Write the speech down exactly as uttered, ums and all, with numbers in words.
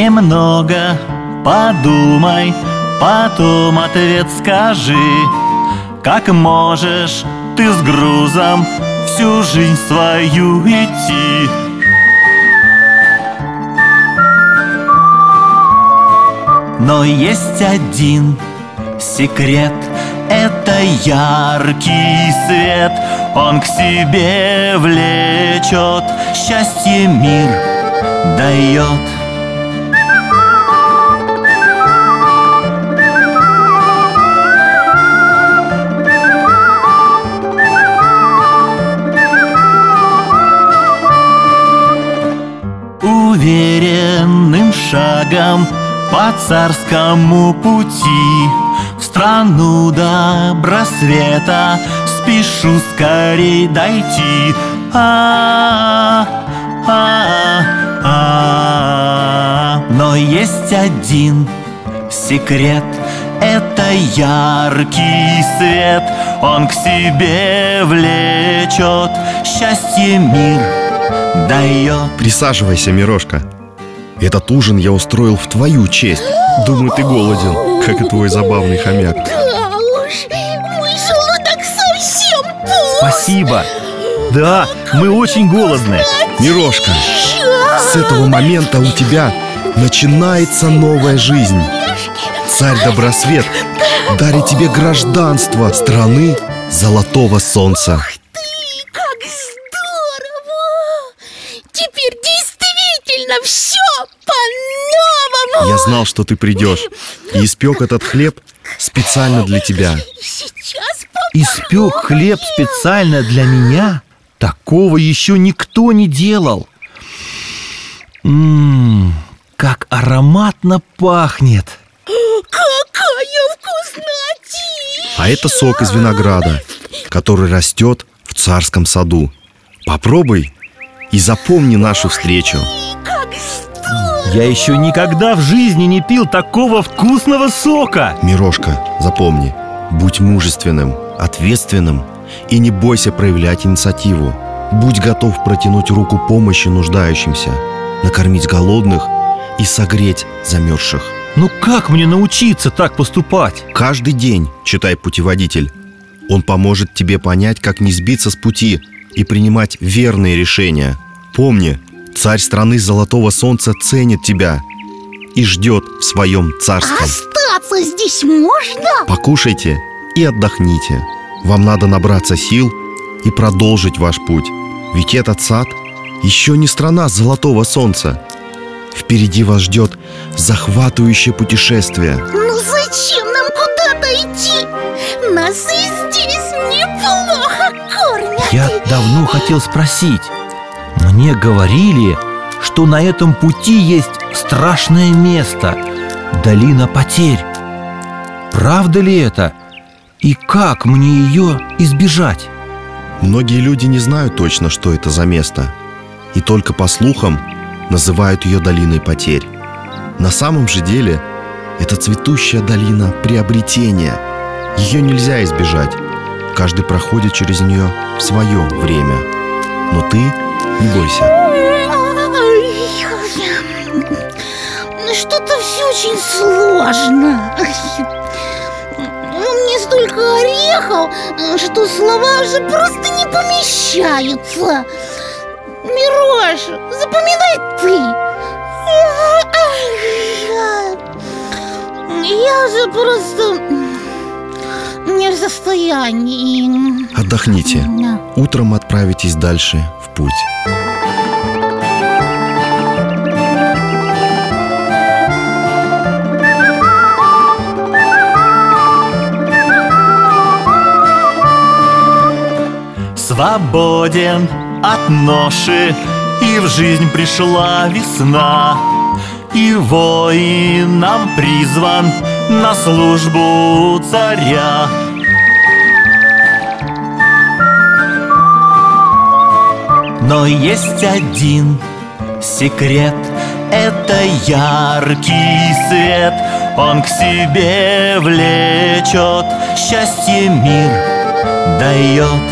Немного подумай, потом ответ скажи. Как можешь ты с грузом всю жизнь свою идти? Но есть один секрет — это яркий свет. Он к себе влечет, счастье мир дает. Уверенным шагом по царскому пути в страну добросвета спешу скорей дойти. А, а, а, но есть один секрет — это яркий свет. Он к себе влечет, счастье мир дает. Присаживайся, Мирошка. Этот ужин я устроил в твою честь. Думаю, ты голоден, как и твой забавный хомяк. Да уж, мой желудок совсем пуст. Спасибо. Да, мы очень голодны. Мирошка, с этого момента у тебя начинается новая жизнь. Царь Добросвет дарит тебе гражданство страны Золотого Солнца. Ух ты, как здорово! Теперь действительно все по-новому. Я знал, что ты придешь, и испек этот хлеб специально для тебя. Сейчас Испек хлеб специально для меня? Такого еще никто не делал. Ммм, как ароматно пахнет. какая вкуснотища! А это сок из винограда, который растет в царском саду. Попробуй и запомни нашу встречу. Как здорово! Я еще никогда в жизни не пил такого вкусного сока. Мирошка, запомни, будь мужественным, ответственным и не бойся проявлять инициативу. Будь готов протянуть руку помощи нуждающимся, накормить голодных и согреть замерзших. Ну как мне научиться так поступать? Каждый день читай путеводитель. Он поможет тебе понять, как не сбиться с пути и принимать верные решения. Помни, царь страны Золотого Солнца ценит тебя и ждет в своем царстве. Остаться здесь можно? Покушайте и отдохните. Вам надо набраться сил и продолжить ваш путь. Ведь этот сад еще не страна Золотого Солнца. Впереди вас ждет захватывающее путешествие. Ну зачем нам куда-то идти? Нас и здесь неплохо кормят. Я давно хотел спросить. Мне говорили, что на этом пути есть страшное место — долина потерь. Правда ли это? И как мне ее избежать? Многие люди не знают точно, что это за место, и только по слухам называют ее долиной потерь. На самом же деле это цветущая долина приобретения. Ее нельзя избежать. Каждый проходит через нее в свое время. Но ты не бойся. Что-то все очень сложно. Мне столько орехов, что слова уже просто не помещаются. Мироша, запоминай ты. Я же просто не в состоянии. Отдохните. Утром отправитесь дальше в путь. Свободен от ноши, и в жизнь пришла весна, и воинам призван на службу царя. Но есть один секрет — это яркий свет. Он к себе влечет, счастье мир дает.